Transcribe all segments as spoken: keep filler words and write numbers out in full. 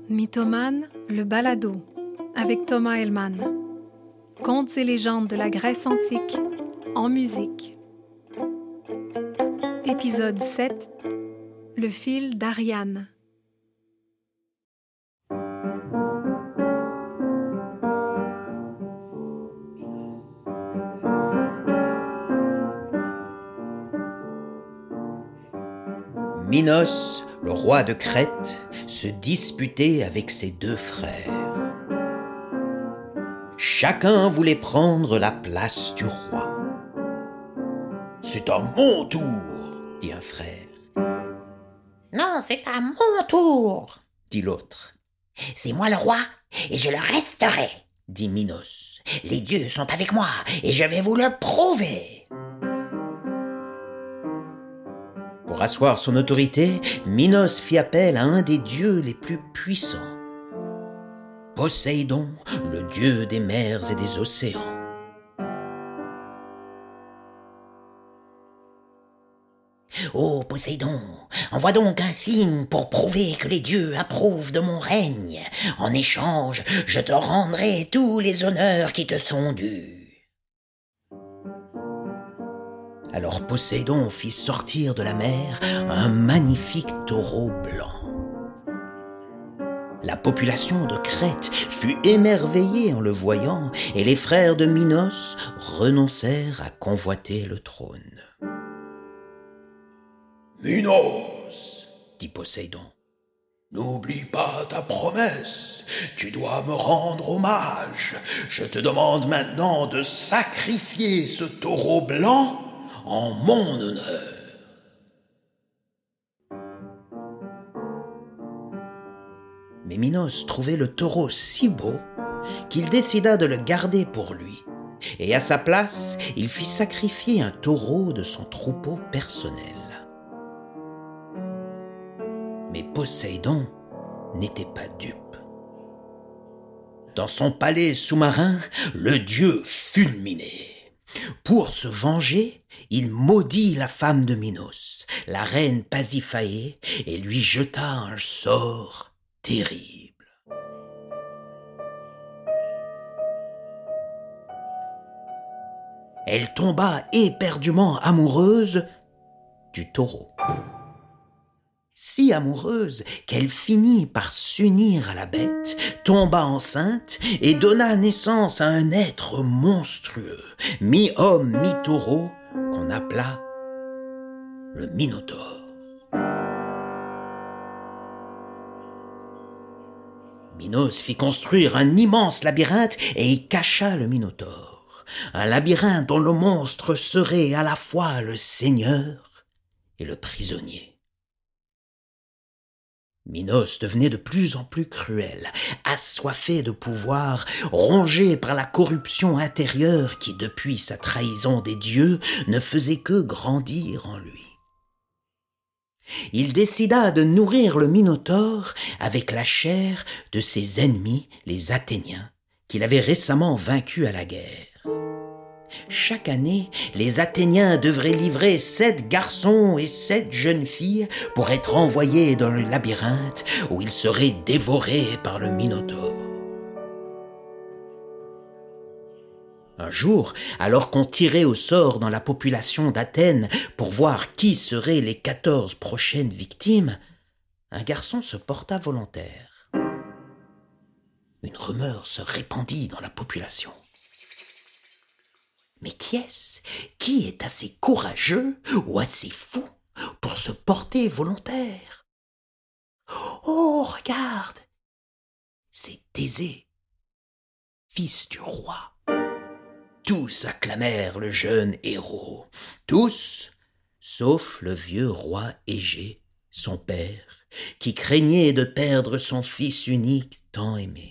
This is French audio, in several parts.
Mythomane, le balado, avec Thomas Hellman. Contes et légendes de la Grèce antique, en musique. Épisode sept. Le fil d'Ariane. Minos, le roi de Crète, se disputait avec ses deux frères. Chacun voulait prendre la place du roi. « C'est à mon tour !» dit un frère. « Non, c'est à mon tour !» dit l'autre. « C'est moi le roi, et je le resterai !» dit Minos. « Les dieux sont avec moi, et je vais vous le prouver !» Pour asseoir son autorité, Minos fit appel à un des dieux les plus puissants, Poséidon, le dieu des mers et des océans. « Ô Poséidon, envoie donc un signe pour prouver que les dieux approuvent de mon règne. En échange, je te rendrai tous les honneurs qui te sont dus. » Alors Poséidon fit sortir de la mer un magnifique taureau blanc. La population de Crète fut émerveillée en le voyant, et les frères de Minos renoncèrent à convoiter le trône. « Minos, dit Poséidon, n'oublie pas ta promesse, tu dois me rendre hommage. Je te demande maintenant de sacrifier ce taureau blanc en mon honneur. » Mais Minos trouvait le taureau si beau qu'il décida de le garder pour lui, et à sa place, il fit sacrifier un taureau de son troupeau personnel. Mais Poséidon n'était pas dupe. Dans son palais sous-marin, le dieu fulminait. Pour se venger, il maudit la femme de Minos, la reine Pasiphaë, et lui jeta un sort terrible. Elle tomba éperdument amoureuse du taureau. Si amoureuse qu'elle finit par s'unir à la bête, tomba enceinte et donna naissance à un être monstrueux, mi-homme, mi-taureau, qu'on appela le Minotaure. Minos fit construire un immense labyrinthe et y cacha le Minotaure, un labyrinthe dont le monstre serait à la fois le seigneur et le prisonnier. Minos devenait de plus en plus cruel, assoiffé de pouvoir, rongé par la corruption intérieure qui, depuis sa trahison des dieux, ne faisait que grandir en lui. Il décida de nourrir le Minotaure avec la chair de ses ennemis, les Athéniens, qu'il avait récemment vaincus à la guerre. Chaque année, les Athéniens devraient livrer sept garçons et sept jeunes filles pour être envoyés dans le labyrinthe où ils seraient dévorés par le Minotaure. Un jour, alors qu'on tirait au sort dans la population d'Athènes pour voir qui seraient les quatorze prochaines victimes, un garçon se porta volontaire. Une rumeur se répandit dans la population. Mais qui est-ce? Qui est assez courageux ou assez fou pour se porter volontaire? Oh, regarde! C'est Thésée, fils du roi. Tous acclamèrent le jeune héros, tous, sauf le vieux roi Égée, son père, qui craignait de perdre son fils unique tant aimé.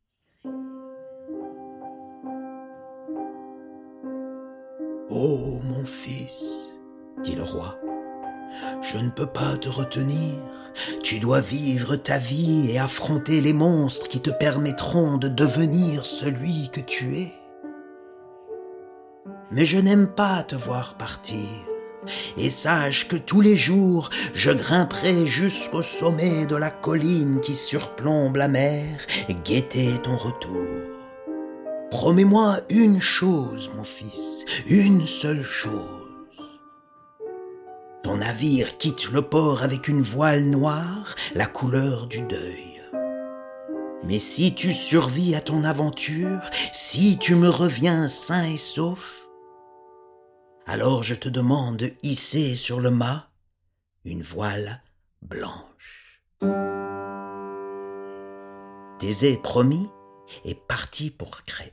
« Oh, mon fils, dit le roi, je ne peux pas te retenir. Tu dois vivre ta vie et affronter les monstres qui te permettront de devenir celui que tu es. Mais je n'aime pas te voir partir. et sache que tous les jours je grimperai jusqu'au sommet de la colline qui surplombe la mer et guetter ton retour. Promets-moi une chose, mon fils, une seule chose. Ton navire quitte le port avec une voile noire, la couleur du deuil. Mais si tu survis à ton aventure, si tu me reviens sain et sauf, alors je te demande de hisser sur le mât une voile blanche. Thésée promit et partit pour Crète.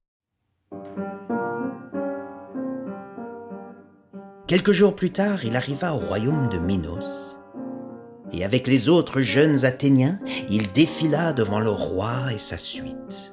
Quelques jours plus tard, il arriva au royaume de Minos, et avec les autres jeunes Athéniens, il défila devant le roi et sa suite.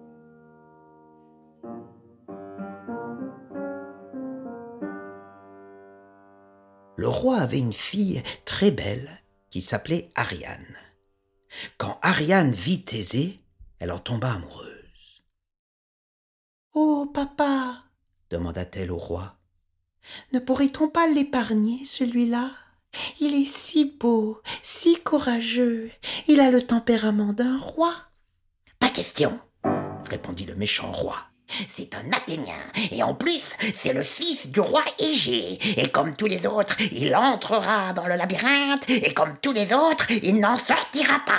Le roi avait une fille très belle qui s'appelait Ariane. Quand Ariane vit Thésée, elle en tomba amoureuse. « Oh, papa !» demanda-t-elle au roi. « Ne pourrait-on pas l'épargner, celui-là ? Il est si beau, si courageux, il a le tempérament d'un roi. »« Pas question !» répondit le méchant roi. « C'est un Athénien, et en plus, c'est le fils du roi Égée, et comme tous les autres, il entrera dans le labyrinthe, et comme tous les autres, il n'en sortira pas. »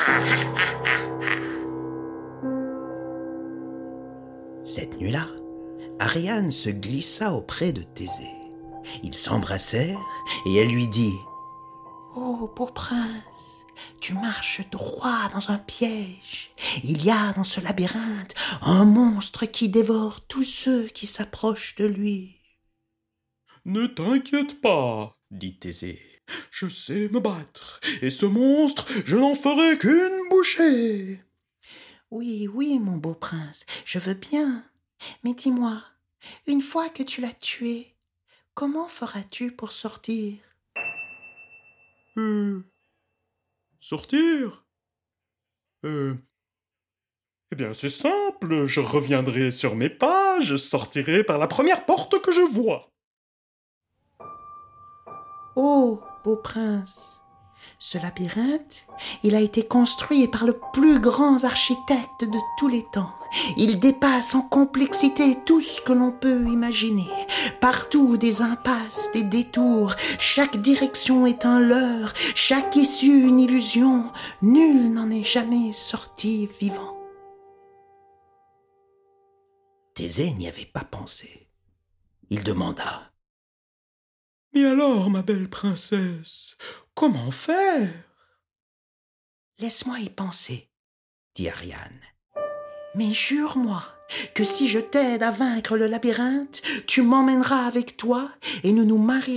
Cette nuit-là, Ariane se glissa auprès de Thésée. Ils s'embrassèrent, et elle lui dit « Oh, beau prince, tu marches droit dans un piège. Il y a dans ce labyrinthe un monstre qui dévore tous ceux qui s'approchent de lui. »« Ne t'inquiète pas, dit Thésée. Je sais me battre, et ce monstre, je n'en ferai qu'une bouchée. »« Oui, oui, mon beau prince, je veux bien. Mais dis-moi, une fois que tu l'as tué, comment feras-tu pour sortir ?»« Euh... Sortir Euh... Eh bien, c'est simple, je reviendrai sur mes pas, je sortirai par la première porte que je vois. »« Oh, beau prince, ce labyrinthe, il a été construit par le plus grand architecte de tous les temps. Il dépasse en complexité tout ce que l'on peut imaginer. Partout des impasses, des détours, chaque direction est un leurre, chaque issue une illusion. Nul n'en est jamais sorti vivant. » Thésée n'y avait pas pensé. Il demanda. « Mais alors, ma belle princesse, comment faire ?»« Laisse-moi y penser, dit Ariane. Mais jure-moi que si je t'aide à vaincre le labyrinthe, tu m'emmèneras avec toi et nous nous marierons. »«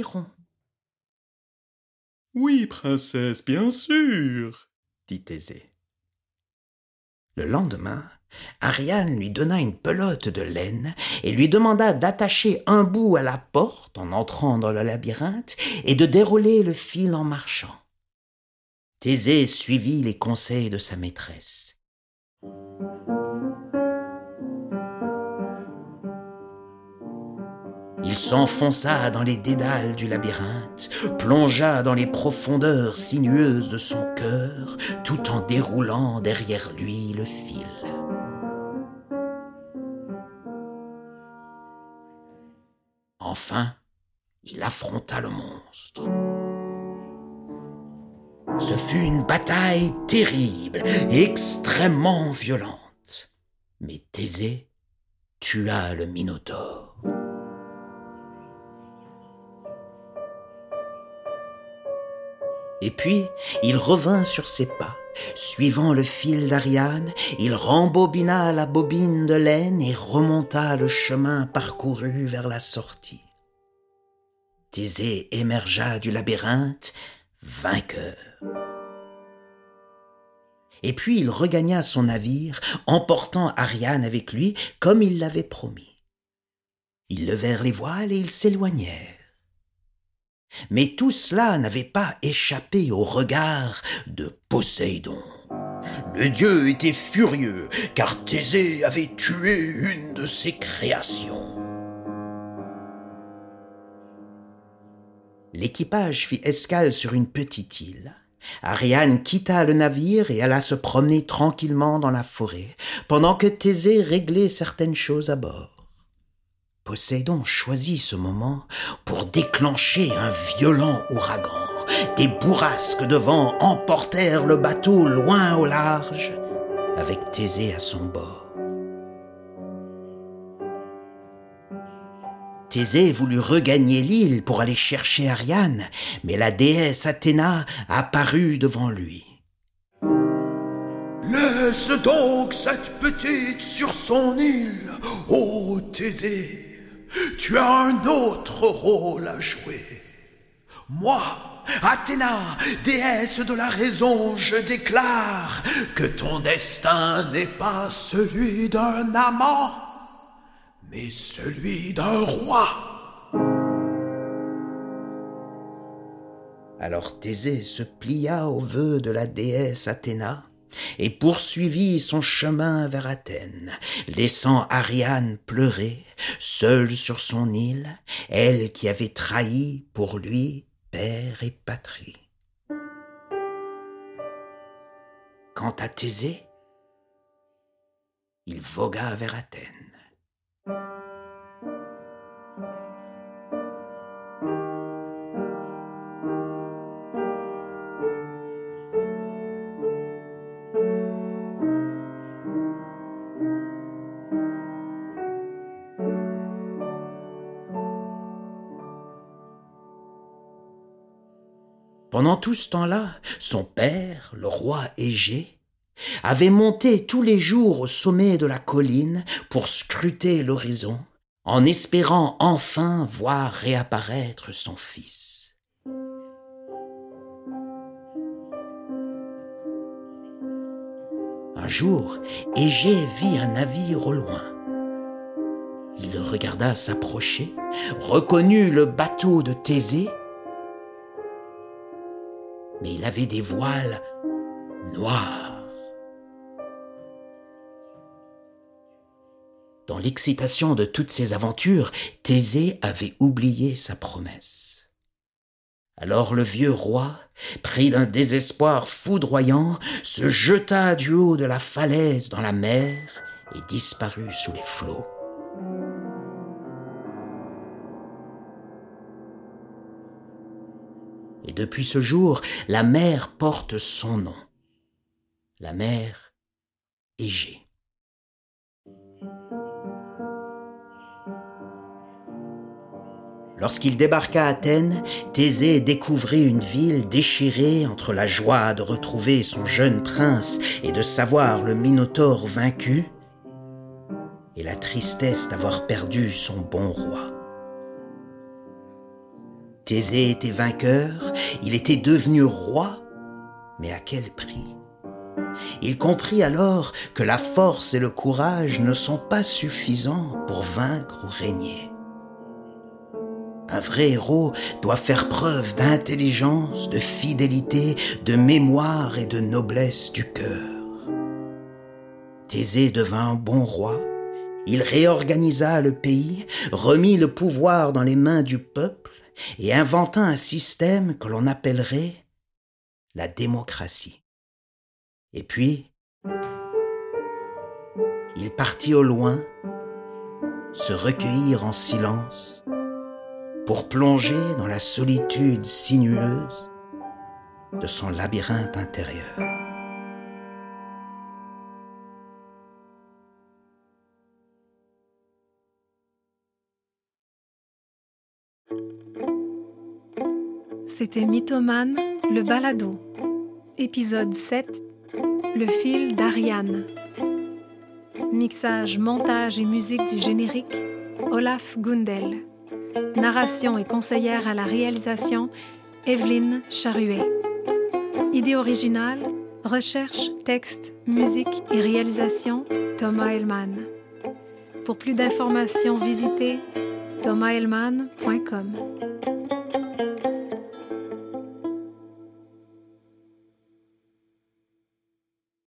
Oui, princesse, bien sûr, dit Thésée. » Le lendemain, Ariane lui donna une pelote de laine et lui demanda d'attacher un bout à la porte en entrant dans le labyrinthe et de dérouler le fil en marchant. Thésée suivit les conseils de sa maîtresse. Il s'enfonça dans les dédales du labyrinthe, plongea dans les profondeurs sinueuses de son cœur, tout en déroulant derrière lui le fil. Enfin, il affronta le monstre. Ce fut une bataille terrible, extrêmement violente. Mais Thésée tua le Minotaure. Et puis, il revint sur ses pas. Suivant le fil d'Ariane, il rembobina la bobine de laine et remonta le chemin parcouru vers la sortie. Thésée émergea du labyrinthe, vainqueur. Et puis il regagna son navire, emportant Ariane avec lui, comme il l'avait promis. Ils levèrent les voiles et ils s'éloignèrent. Mais tout cela n'avait pas échappé au regard de Poséidon. Le dieu était furieux, car Thésée avait tué une de ses créations. L'équipage fit escale sur une petite île. Ariane quitta le navire et alla se promener tranquillement dans la forêt, pendant que Thésée réglait certaines choses à bord. Poséidon choisit ce moment pour déclencher un violent ouragan. Des bourrasques de vent emportèrent le bateau loin au large, avec Thésée à son bord. Thésée voulut regagner l'île pour aller chercher Ariane, mais la déesse Athéna apparut devant lui. « Laisse donc cette petite sur son île, ô Thésée, tu as un autre rôle à jouer. Moi, Athéna, déesse de la raison, je déclare que ton destin n'est pas celui d'un amant, mais celui d'un roi. » Alors Thésée se plia aux vœux de la déesse Athéna et poursuivit son chemin vers Athènes, laissant Ariane pleurer, seule sur son île, elle qui avait trahi pour lui père et patrie. Quant à Thésée, il vogua vers Athènes. Pendant tout ce temps-là, son père, le roi Égée, avait monté tous les jours au sommet de la colline pour scruter l'horizon, en espérant enfin voir réapparaître son fils. Un jour, Égée vit un navire au loin. Il le regarda s'approcher, reconnut le bateau de Thésée, mais il avait des voiles noirs. Dans l'excitation de toutes ces aventures, Thésée avait oublié sa promesse. Alors le vieux roi, pris d'un désespoir foudroyant, se jeta du haut de la falaise dans la mer et disparut sous les flots. Et depuis ce jour, la mer porte son nom, la mer Égée. Lorsqu'il débarqua à Athènes, Thésée découvrit une ville déchirée entre la joie de retrouver son jeune prince et de savoir le Minotaure vaincu, et la tristesse d'avoir perdu son bon roi. Thésée était vainqueur, il était devenu roi, mais à quel prix? Il comprit alors que la force et le courage ne sont pas suffisants pour vaincre ou régner. Un vrai héros doit faire preuve d'intelligence, de fidélité, de mémoire et de noblesse du cœur. Thésée devint un bon roi, il réorganisa le pays, remit le pouvoir dans les mains du peuple, et inventa un système que l'on appellerait la démocratie. Et puis, il partit au loin, se recueillir en silence, pour plonger dans la solitude sinueuse de son labyrinthe intérieur. C'était Mythomane, le balado. Épisode sept, le fil d'Ariane. Mixage, montage et musique du générique, Olaf Gundel. Narration et conseillère à la réalisation, Evelyne Charuet. Idée originale, recherche, texte, musique et réalisation, Thomas Hellman. Pour plus d'informations, visitez thomas hellman point com.